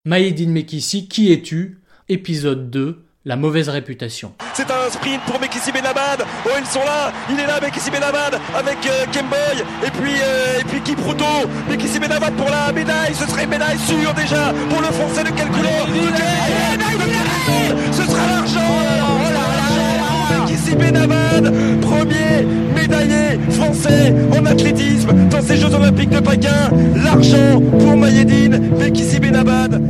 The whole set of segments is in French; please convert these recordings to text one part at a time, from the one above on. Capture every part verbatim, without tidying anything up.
Mahédine Mekissi, qui es-tu ? Épisode deux, la mauvaise réputation. C'est un sprint pour Mekissi Benabad. Oh, ils sont là, il est là, Mekissi Benabad, avec euh, Kemboy, et puis, euh, et puis Kipruto. Mekissi Benabad pour la médaille, ce serait une médaille sûre déjà, pour le français de quelle couleur? Ce sera l'argent. Mekissi Benabad, premier médaillé français en athlétisme dans ces Jeux Olympiques de Pékin. L'argent pour Mahédine Mekissi Benabad.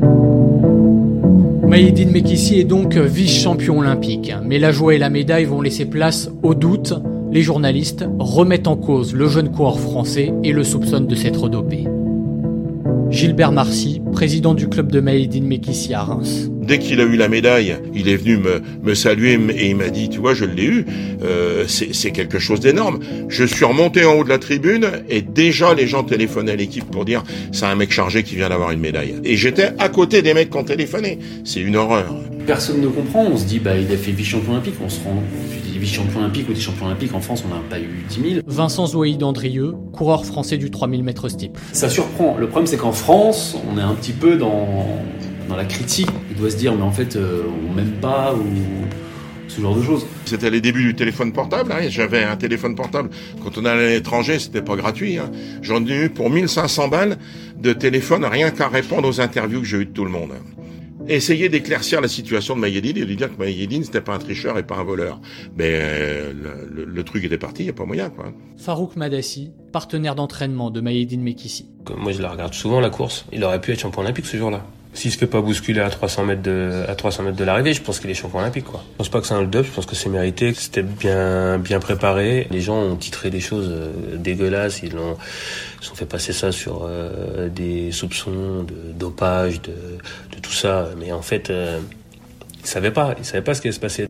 Mahédine Mekissi est donc vice-champion olympique, mais la joie et la médaille vont laisser place au doute. Les journalistes remettent en cause le jeune coureur français et le soupçonnent de s'être dopé. Gilbert Marcy, président du club de Mahédine Mekissi à Reims. Dès qu'il a eu la médaille, il est venu me, me saluer et il m'a dit, tu vois, je l'ai eu, euh, c'est, c'est quelque chose d'énorme. Je suis remonté en haut de la tribune et déjà les gens téléphonaient à l'équipe pour dire, c'est un mec chargé qui vient d'avoir une médaille. Et j'étais à côté des mecs qui ont téléphoné. C'est une horreur. Personne ne comprend, on se dit, bah, il a fait vice-champion olympique, on se rend, tu dis vice-champion olympique ou des champions olympiques, en France on n'a pas eu dix mille. Vincent Zoïde-Andrieux, coureur français du trois mille mètres steeple. Ça surprend, le problème c'est qu'en France, on est un petit peu dans... dans la critique, il doit se dire mais en fait euh, on m'aime pas ou ce genre de choses. C'était les débuts du téléphone portable, hein. J'avais un téléphone portable quand on allait à l'étranger, c'était pas gratuit, hein. J'en ai eu pour mille cinq cents balles de téléphone rien qu'à répondre aux interviews que j'ai eues de tout le monde. Essayer d'éclaircir la situation de Mahédine et de lui dire que Mahédine c'était pas un tricheur et pas un voleur. Mais euh, le, le, le truc était parti, il y a pas moyen quoi. Farouk Madassi, partenaire d'entraînement de Mahédine Mekissi. Moi je la regarde souvent la course, il aurait pu être champion olympique ce jour-là. S'il se fait pas bousculer à trois cents mètres de, à trois cents mètres de l'arrivée, je pense qu'il est champion olympique, quoi. Je pense pas que c'est un hold-up, je pense que c'est mérité, que c'était bien, bien préparé. Les gens ont titré des choses euh, dégueulasses, ils ont, ils ont fait passer ça sur euh, des soupçons de dopage, de, de tout ça. Mais en fait, euh, ils savaient pas, ils savaient pas ce qui allait se passer.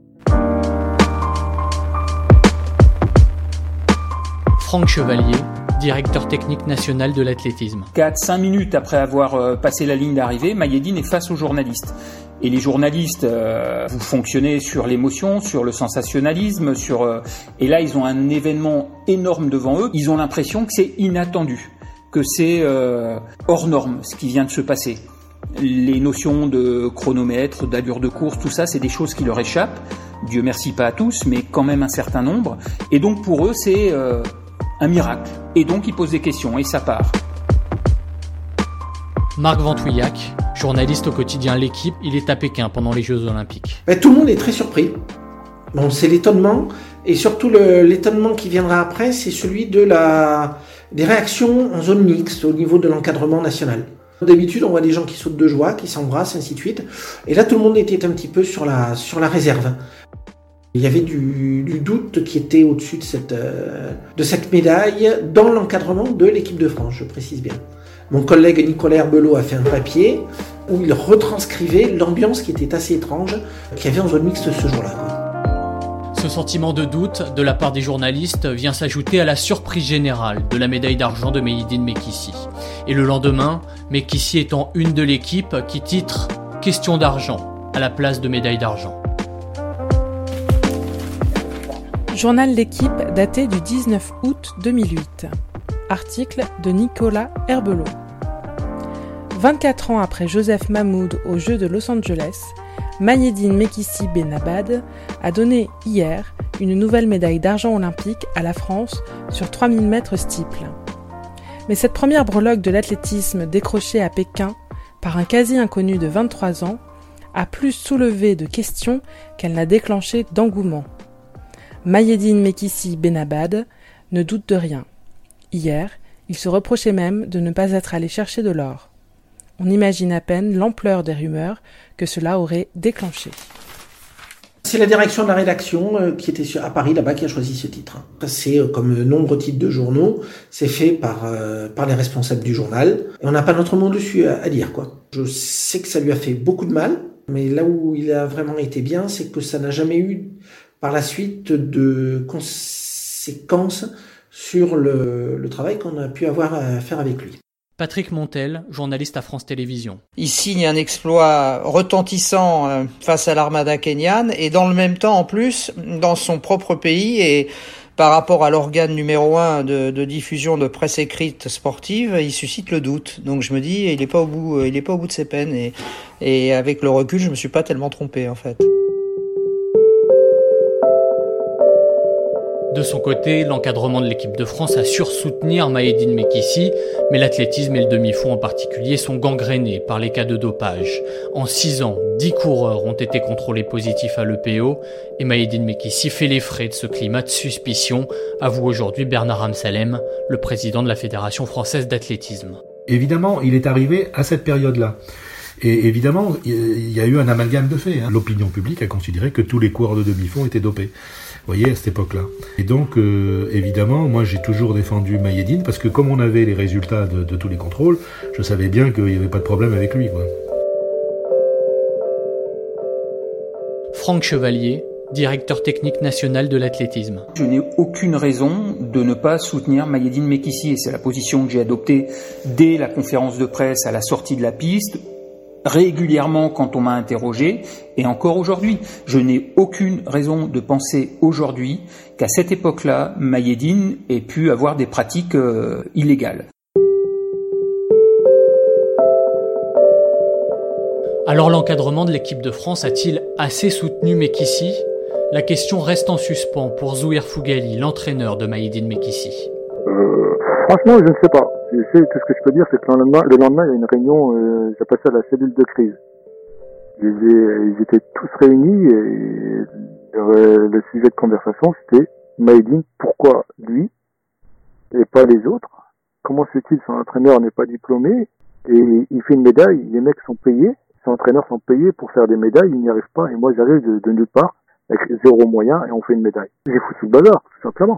Franck Chevalier, directeur technique national de l'athlétisme. quatre à cinq minutes après avoir euh, passé la ligne d'arrivée, Mahédine est face aux journalistes. Et les journalistes, euh, vous fonctionnez sur l'émotion, sur le sensationnalisme, sur euh, et là ils ont un événement énorme devant eux. Ils ont l'impression que c'est inattendu, que c'est euh, hors norme ce qui vient de se passer. Les notions de chronomètre, d'allure de course, tout ça, c'est des choses qui leur échappent. Dieu merci pas à tous, mais quand même un certain nombre. Et donc pour eux, c'est euh, un miracle. Et donc, il pose des questions et ça part. Marc Ventouillac, journaliste au quotidien L'Équipe, il est à Pékin pendant les Jeux Olympiques. Ben, tout le monde est très surpris. Bon, c'est l'étonnement. Et surtout, le, l'étonnement qui viendra après, c'est celui de la, des réactions en zone mixte au niveau de l'encadrement national. D'habitude, on voit des gens qui sautent de joie, qui s'embrassent, ainsi de suite. Et là, tout le monde était un petit peu sur la, sur la réserve. Il y avait du, du doute qui était au-dessus de cette, euh, de cette médaille dans l'encadrement de l'équipe de France, je précise bien. Mon collègue Nicolas Herbelot a fait un papier où il retranscrivait l'ambiance qui était assez étrange qu'il y avait en zone mixte ce jour-là, quoi. Ce sentiment de doute de la part des journalistes vient s'ajouter à la surprise générale de la médaille d'argent de Mahédine Mekissi. Et le lendemain, Mekissi est en une de l'équipe qui titre « Question d'argent » à la place de médaille d'argent. Journal L'Équipe daté du dix-neuf août deux mille huit. Article de Nicolas Herbelot. vingt-quatre ans après Joseph Mahmoud aux Jeux de Los Angeles, Mahédine Mekissi Benabad a donné hier une nouvelle médaille d'argent olympique à la France sur trois mille mètres steeple. Mais cette première breloque de l'athlétisme décrochée à Pékin par un quasi-inconnu de vingt-trois ans a plus soulevé de questions qu'elle n'a déclenché d'engouement. Mahédine Mekissi Benabad ne doute de rien. Hier, il se reprochait même de ne pas être allé chercher de l'or. On imagine à peine l'ampleur des rumeurs que cela aurait déclenché. C'est la direction de la rédaction euh, qui était sur, à Paris là-bas qui a choisi ce titre. C'est euh, comme nombre titres de journaux, c'est fait par euh, par les responsables du journal et on n'a pas notre mot dessus à, à dire quoi. Je sais que ça lui a fait beaucoup de mal, mais là où il a vraiment été bien, c'est que ça n'a jamais eu par la suite de conséquences sur le, le travail qu'on a pu avoir à faire avec lui. Patrick Montel, journaliste à France Télévisions. Il signe un exploit retentissant face à l'armada kenyane et dans le même temps, en plus, dans son propre pays et par rapport à l'organe numéro un de, de diffusion de presse écrite sportive, il suscite le doute. Donc je me dis, il est pas au bout, il est pas au bout de ses peines. Et, et avec le recul, je me suis pas tellement trompé en fait. De son côté, l'encadrement de l'équipe de France assure soutenir Mahédine Mekissi, mais l'athlétisme et le demi-fond en particulier sont gangrénés par les cas de dopage. En six ans, dix coureurs ont été contrôlés positifs à l'E P O et Mahédine Mekissi fait les frais de ce climat de suspicion, avoue aujourd'hui Bernard Amsalem, le président de la Fédération française d'athlétisme. Évidemment, il est arrivé à cette période-là. Et évidemment, il y a eu un amalgame de faits. Hein. L'opinion publique a considéré que tous les coureurs de demi-fond étaient dopés. Vous voyez, à cette époque-là. Et donc, euh, évidemment, moi j'ai toujours défendu Mahédine, parce que comme on avait les résultats de, de tous les contrôles, je savais bien qu'il n'y avait pas de problème avec lui, quoi. Franck Chevalier, directeur technique national de l'athlétisme. Je n'ai aucune raison de ne pas soutenir Mahédine Mekissi, et c'est la position que j'ai adoptée dès la conférence de presse à la sortie de la piste, régulièrement quand on m'a interrogé, et encore aujourd'hui. Je n'ai aucune raison de penser aujourd'hui qu'à cette époque-là, Mahédine ait pu avoir des pratiques euh, illégales. Alors l'encadrement de l'équipe de France a-t-il assez soutenu Mekissi ? La question reste en suspens pour Zouhair Fougali, l'entraîneur de Mahédine Mekissi. Euh, franchement, je ne sais pas. Je sais, tout ce que je peux dire, c'est que le lendemain, le lendemain, il y a une réunion, euh, j'ai passé à la cellule de crise. Ils, ils étaient tous réunis et euh, le sujet de conversation, c'était Mahédine, pourquoi lui et pas les autres? Comment se fait-il son entraîneur n'est pas diplômé et il fait une médaille, les mecs sont payés, ses entraîneurs sont payés pour faire des médailles, ils n'y arrivent pas et moi j'arrive de, de nulle part avec zéro moyen et on fait une médaille. J'ai foutu le bazar, tout simplement.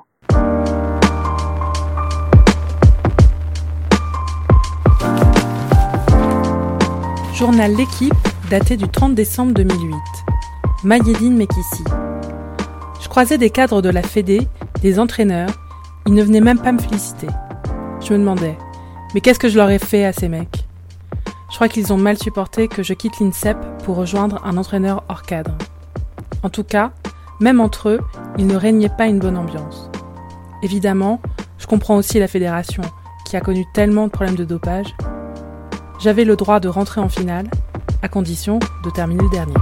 Journal L'Équipe, daté du trente décembre deux mille huit. Mahédine Mekissi. Je croisais des cadres de la Fédé, des entraîneurs, ils ne venaient même pas me féliciter. Je me demandais, mais qu'est-ce que je leur ai fait à ces mecs ? Je crois qu'ils ont mal supporté que je quitte l'INSEP pour rejoindre un entraîneur hors cadre. En tout cas, même entre eux, il ne régnait pas une bonne ambiance. Évidemment, je comprends aussi la fédération, qui a connu tellement de problèmes de dopage. J'avais le droit de rentrer en finale, à condition de terminer le dernier.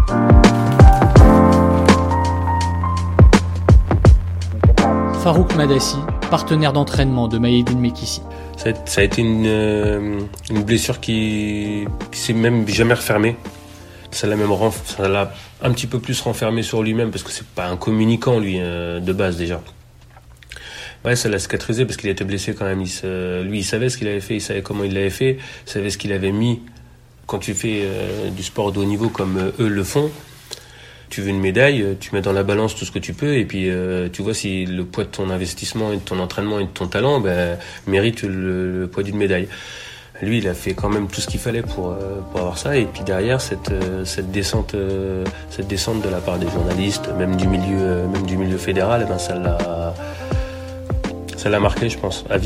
Farouk Madassi, partenaire d'entraînement de Mahédine Mekissi. Ça a, ça a été une, euh, une blessure qui, qui s'est même jamais refermée. Ça l'a même renf- ça l'a un petit peu plus renfermé sur lui-même parce que c'est pas un communicant lui euh, de base déjà. Ouais, ça l'a cicatrisé parce qu'il était blessé quand même. Il se, lui, il savait ce qu'il avait fait, il savait comment il l'avait fait, il savait ce qu'il avait mis. Quand tu fais euh, du sport de haut niveau comme euh, eux le font, tu veux une médaille, tu mets dans la balance tout ce que tu peux et puis euh, tu vois si le poids de ton investissement et de ton entraînement et de ton talent ben, mérite le, le poids d'une médaille. Lui, il a fait quand même tout ce qu'il fallait pour euh, pour avoir ça et puis derrière cette euh, cette descente euh, cette descente de la part des journalistes, même du milieu euh, même du milieu fédéral, eh ben ça l'a ça l'a marqué, je pense, à vie.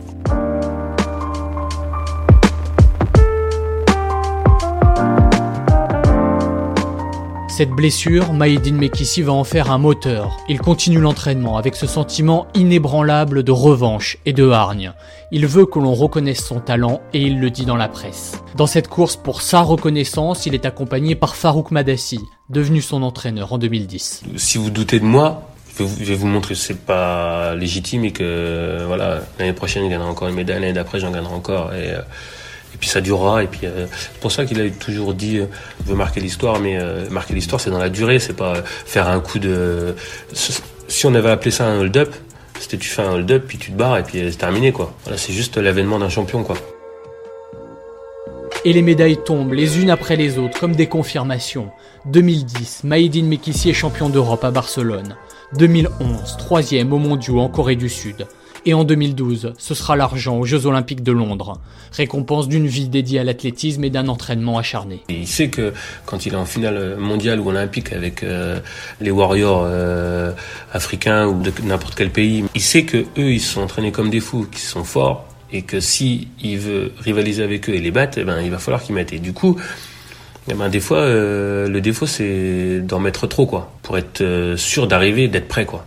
Cette blessure, Mahédine Mekissi va en faire un moteur. Il continue l'entraînement avec ce sentiment inébranlable de revanche et de hargne. Il veut que l'on reconnaisse son talent et il le dit dans la presse. Dans cette course pour sa reconnaissance, il est accompagné par Farouk Madassi, devenu son entraîneur en deux mille dix. Si vous doutez de moi, je vais vous, je vais vous montrer que c'est pas légitime et que voilà, l'année prochaine il gagnera encore une médaille, l'année d'après j'en gagnerai encore et euh, Et puis ça durera. Et puis euh, c'est pour ça qu'il a toujours dit, euh, veut marquer l'histoire, mais euh, marquer l'histoire, c'est dans la durée, c'est pas faire un coup de. Si on avait appelé ça un hold-up, c'était tu fais un hold-up puis tu te barres et puis c'est terminé quoi. Voilà, c'est juste l'avènement d'un champion quoi. Et les médailles tombent les unes après les autres comme des confirmations. deux mille dix, Mahédine Mekissi est champion d'Europe à Barcelone. deux mille onze, troisième aux mondiaux en Corée du Sud. Et en deux mille douze, ce sera l'argent aux Jeux Olympiques de Londres. Récompense d'une vie dédiée à l'athlétisme et d'un entraînement acharné. Et il sait que quand il est en finale mondiale ou olympique avec euh, les warriors euh, africains ou de n'importe quel pays, il sait que eux ils se sont entraînés comme des fous, qu'ils sont forts et que si il veut rivaliser avec eux et les battre, eh ben il va falloir qu'ils mettent. Et du coup, eh ben des fois euh, le défaut c'est d'en mettre trop quoi, pour être euh, sûr d'arriver, d'être prêt quoi.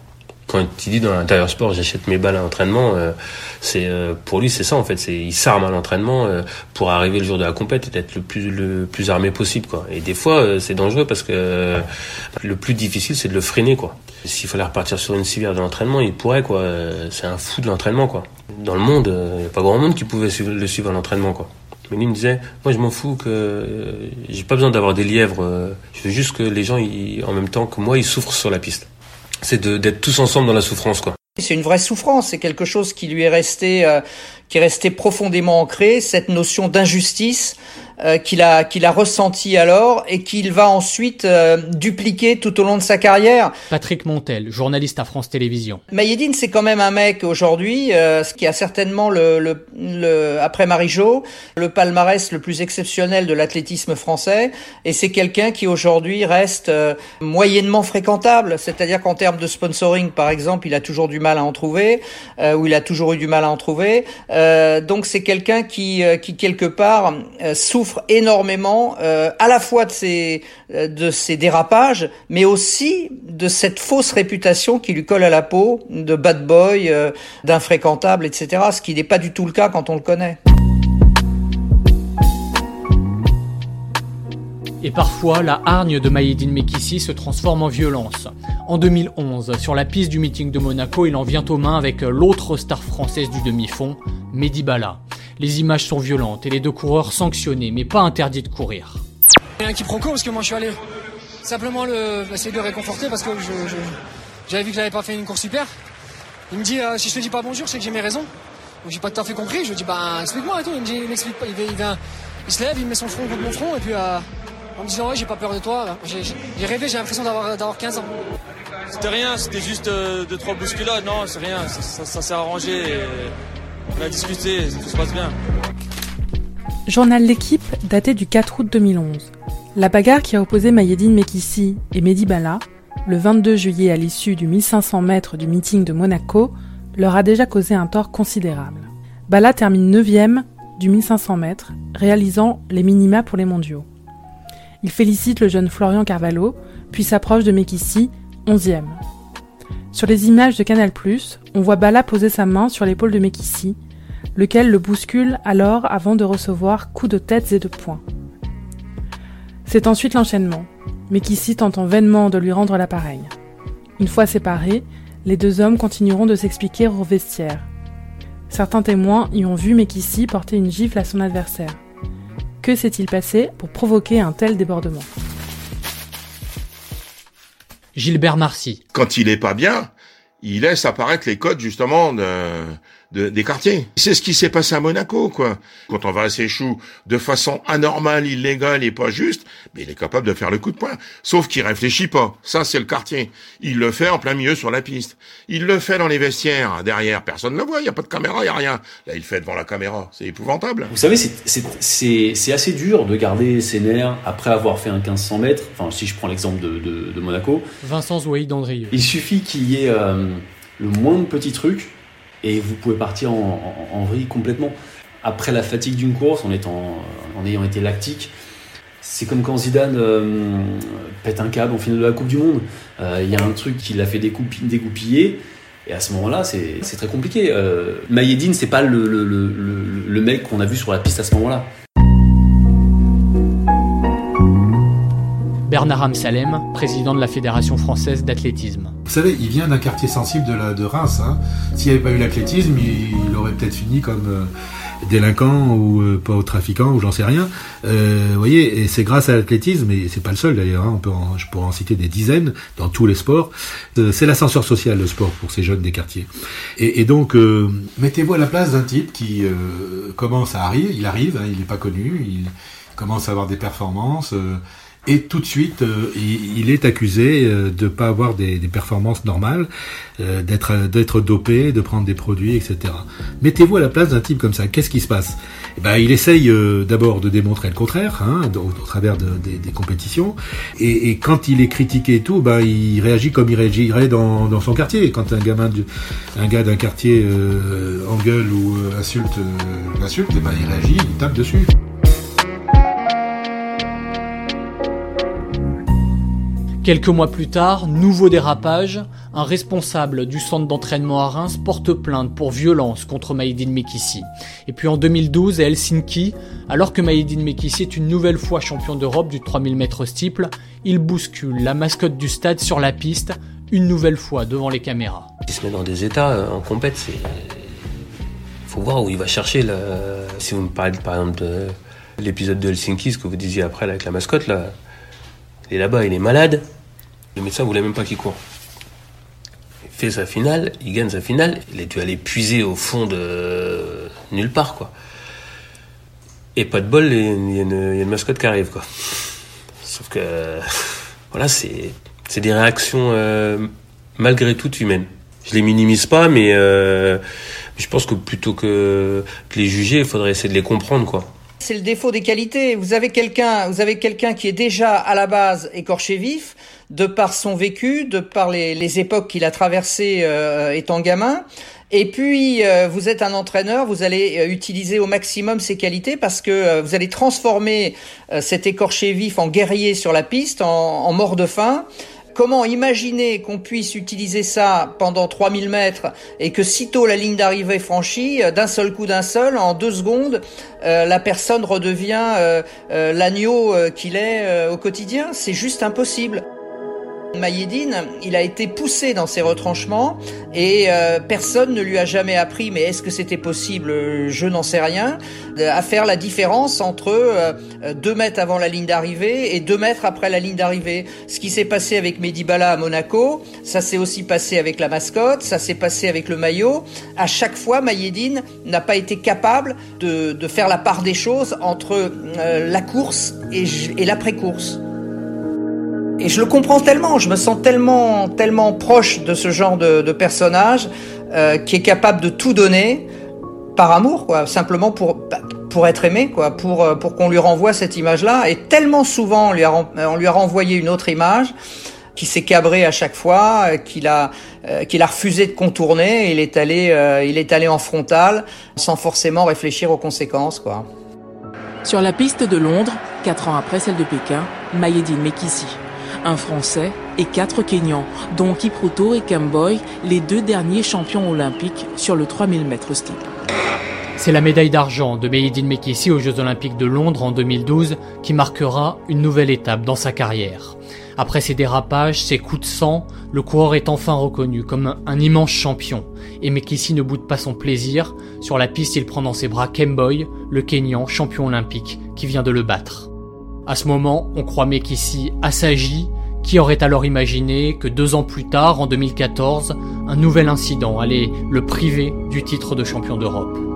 Quand il dit dans l'intérieur sport, j'achète mes balles à l'entraînement, euh, c'est euh, pour lui c'est ça en fait, c'est il s'arme à l'entraînement euh, pour arriver le jour de la compète et être le plus le plus armé possible quoi. Et des fois euh, c'est dangereux parce que euh, le plus difficile c'est de le freiner quoi. S'il fallait repartir sur une civière de l'entraînement, il pourrait quoi. Euh, c'est un fou de l'entraînement quoi. Dans le monde, il euh, n'y a pas grand monde qui pouvait suivre, le suivre à l'entraînement quoi. Mais lui il me disait, moi je m'en fous que euh, j'ai pas besoin d'avoir des lièvres, euh, je veux juste que les gens ils, en même temps que moi ils souffrent sur la piste. C'est de, d'être tous ensemble dans la souffrance, quoi. C'est une vraie souffrance, c'est quelque chose qui lui est resté, euh, qui est resté profondément ancré, cette notion d'injustice euh, qu'il a, qu'il a ressenti alors et qu'il va ensuite euh, dupliquer tout au long de sa carrière. Patrick Montel, journaliste à France Télévisions. Mayedine, c'est quand même un mec aujourd'hui euh, qui a certainement le, le, le après Marie-Jo, le palmarès le plus exceptionnel de l'athlétisme français, et c'est quelqu'un qui aujourd'hui reste euh, moyennement fréquentable, c'est-à-dire qu'en termes de sponsoring, par exemple, il a toujours du mal à en trouver, euh, ou il a toujours eu du mal à en trouver. Euh, donc c'est quelqu'un qui, euh, qui quelque part euh, souffre énormément, euh, à la fois de ses, euh, de ses dérapages, mais aussi de cette fausse réputation qui lui colle à la peau de bad boy, euh, d'infréquentable, et cetera. Ce qui n'est pas du tout le cas quand on le connaît. Et parfois, la hargne de Mayedine Mekhissi se transforme en violence. En deux mille onze, sur la piste du meeting de Monaco, il en vient aux mains avec l'autre star française du demi-fond, Mehdi Bala. Les images sont violentes et les deux coureurs sanctionnés, mais pas interdits de courir. Il y a un quiproquo parce que moi je suis allé simplement le, essayer de le réconforter parce que je, je, j'avais vu que j'avais pas fait une course super. Il me dit euh, si je te dis pas bonjour, c'est que j'ai mes raisons. Donc j'ai pas tout à fait compris, je lui dis bah explique-moi et tout. Il me dit il m'explique pas, il vient, il, vient, il se lève, il met son front contre mon front et puis euh, en me disant ouais j'ai pas peur de toi. J'ai, j'ai rêvé, j'ai l'impression d'avoir, d'avoir quinze ans. C'était rien, c'était juste euh, deux trois bousculades, non c'est rien, ça, ça, ça s'est arrangé, et on a discuté, tout se passe bien. Journal L'Équipe daté du quatre août deux mille onze. La bagarre qui a opposé Mayedine Mekhissi et Mehdi Bala, le vingt-deux juillet à l'issue du mille cinq cents mètres du meeting de Monaco, leur a déjà causé un tort considérable. Bala termine neuvième du mille cinq cents mètres, réalisant les minima pour les mondiaux. Il félicite le jeune Florian Carvalho, puis s'approche de Mekhissi, onzième. Sur les images de Canal plus, on voit Bala poser sa main sur l'épaule de Mekhissi, lequel le bouscule alors avant de recevoir coups de tête et de poing. C'est ensuite l'enchaînement. Mekhissi tentant vainement de lui rendre l'appareil. Une fois séparés, les deux hommes continueront de s'expliquer au vestiaire. Certains témoins y ont vu Mekhissi porter une gifle à son adversaire. Que s'est-il passé pour provoquer un tel débordement ? Gilbert Marcy. Quand il est pas bien, il laisse apparaître les codes justement de, de, des quartiers. C'est ce qui s'est passé à Monaco, quoi. Quand on va à ses choux de façon anormale, illégale et pas juste, mais il est capable de faire le coup de poing. Sauf qu'il réfléchit pas. Ça, c'est le quartier. Il le fait en plein milieu sur la piste. Il le fait dans les vestiaires, derrière. Personne ne le voit, il n'y a pas de caméra, il n'y a rien. Là, il le fait devant la caméra. C'est épouvantable. Vous savez, c'est, c'est, c'est, c'est assez dur de garder ses nerfs après avoir fait un quinze cents mètres. Enfin, si je prends l'exemple de, de, de Monaco. Vincent Zouaï d'Andrieux. Il suffit qu'il y ait euh, le moindre petit truc et vous pouvez partir en, en, en vrille complètement. Après la fatigue d'une course, en, étant, en ayant été lactique, c'est comme quand Zidane euh, pète un câble en finale de la Coupe du Monde. Il euh, y a un truc qui l'a fait découpi- dégoupiller, et à ce moment-là, c'est, c'est très compliqué. Euh, Mayedine, c'est pas le, le, le, le, le mec qu'on a vu sur la piste à ce moment-là. Bernard Amsalem, président de la Fédération française d'athlétisme. Vous savez, il vient d'un quartier sensible de, la, de Reims. Hein. S'il n'y avait pas eu l'athlétisme, il, il aurait peut-être fini comme euh, délinquant ou euh, pas au trafiquant ou j'en sais rien. Euh, vous voyez, et c'est grâce à l'athlétisme, et c'est pas le seul d'ailleurs, hein, on peut en, je pourrais en citer des dizaines dans tous les sports. Euh, c'est l'ascenseur social, le sport, pour ces jeunes des quartiers. Et, et donc, euh, mettez-vous à la place d'un type qui euh, commence à arriver, il arrive, hein, il n'est pas connu, il commence à avoir des performances... Euh, Et tout de suite, euh, il, il est accusé euh, de pas avoir des, des performances normales, euh, d'être d'être dopé, de prendre des produits, et cetera. Mettez-vous à la place d'un type comme ça. Qu'est-ce qui se passe ? Eh ben, il essaye euh, d'abord de démontrer le contraire, hein, au, au travers de, de, des compétitions. Et, et quand il est critiqué et tout, ben il réagit comme il réagirait dans, dans son quartier. Quand un gamin, de, un gars d'un quartier euh, engueule ou euh, insulte, euh, l'insulte, eh ben il réagit, il tape dessus. Quelques mois plus tard, nouveau dérapage, un responsable du centre d'entraînement à Reims porte plainte pour violence contre Maïeddine Mekissi. Et puis en deux mille douze, à Helsinki, alors que Maïeddine Mekissi est une nouvelle fois champion d'Europe du trois mille mètres steeple, il bouscule la mascotte du stade sur la piste, une nouvelle fois devant les caméras. Il se met dans des états euh, en compète, c'est... faut voir où il va chercher. Là. Si vous me parlez par exemple de l'épisode de Helsinki, ce que vous disiez après là, avec la mascotte, là, il est là-bas, il est malade. Le médecin ne voulait même pas qu'il court. Il fait sa finale, il gagne sa finale. Il a dû aller puiser au fond de nulle part, quoi. Et pas de bol, il y a une, il y a une mascotte qui arrive, quoi. Sauf que, voilà, c'est, c'est des réactions euh, malgré tout humaines. Je les minimise pas, mais euh, je pense que plutôt que, que les juger, il faudrait essayer de les comprendre, quoi. C'est le défaut des qualités. Vous avez quelqu'un, vous avez quelqu'un qui est déjà à la base écorché vif, de par son vécu, de par les, les époques qu'il a traversées euh, étant gamin. Et puis, euh, vous êtes un entraîneur, vous allez euh, utiliser au maximum ses qualités parce que euh, vous allez transformer euh, cet écorché vif en guerrier sur la piste, en, en mort de faim. Comment imaginer qu'on puisse utiliser ça pendant trois mille mètres et que sitôt la ligne d'arrivée est franchie, d'un seul coup d'un seul, en deux secondes, euh, la personne redevient euh, euh, l'agneau euh, qu'il est euh, au quotidien? C'est juste impossible. Maïeddine, il a été poussé dans ses retranchements et euh, personne ne lui a jamais appris, mais est-ce que c'était possible? Je n'en sais rien, à faire la différence entre euh, deux mètres avant la ligne d'arrivée et deux mètres après la ligne d'arrivée. Ce qui s'est passé avec Mehdi Bala à Monaco, ça s'est aussi passé avec la mascotte, ça s'est passé avec le maillot. À chaque fois, Maïeddine n'a pas été capable de, de faire la part des choses entre euh, la course et, et l'après-course. Et je le comprends tellement, je me sens tellement, tellement proche de ce genre de, de personnage euh, qui est capable de tout donner par amour, quoi, simplement pour pour être aimé, quoi, pour pour qu'on lui renvoie cette image-là. Et tellement souvent on lui a on lui a renvoyé une autre image qui s'est cabré à chaque fois, qu'il a euh, qu'il a refusé de contourner. Il est allé euh, il est allé en frontal sans forcément réfléchir aux conséquences, quoi. Sur la piste de Londres, quatre ans après celle de Pékin, Maïeddine Mekissi. Un Français et quatre Kenyans, dont Kipruto et Kemboi, les deux derniers champions olympiques sur le trois mille mètres steeple. C'est la médaille d'argent de Maïeddine Mekissi aux Jeux Olympiques de Londres en deux mille douze qui marquera une nouvelle étape dans sa carrière. Après ses dérapages, ses coups de sang, le coureur est enfin reconnu comme un, un immense champion. Et Mekissi ne boude pas son plaisir. Sur la piste, il prend dans ses bras Kemboi, le Kenyan champion olympique, qui vient de le battre. À ce moment, on croit Mekissi assagi, qui aurait alors imaginé que deux ans plus tard, en deux mille quatorze, un nouvel incident allait le priver du titre de champion d'Europe.